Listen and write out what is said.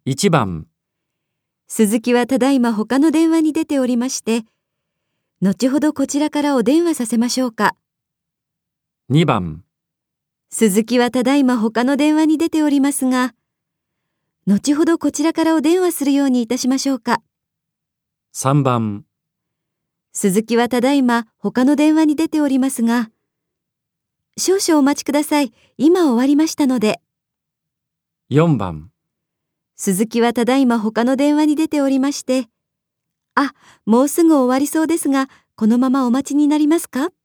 1番、 鈴木はただいま他の電話に出ておりまして、後ほどこちらからお電話させましょうか。 2番、 鈴木はただいま他の電話に出ておりますが、後ほどこちらからお電話するようにいたしましょうか。 3番、 鈴木はただいま他の電話に出ておりますが、少々お待ちください。今終わりましたので。 4番、 鈴木はただいま他の電話に出ておりまして、もうすぐ終わりそうですが、このままお待ちになりますか？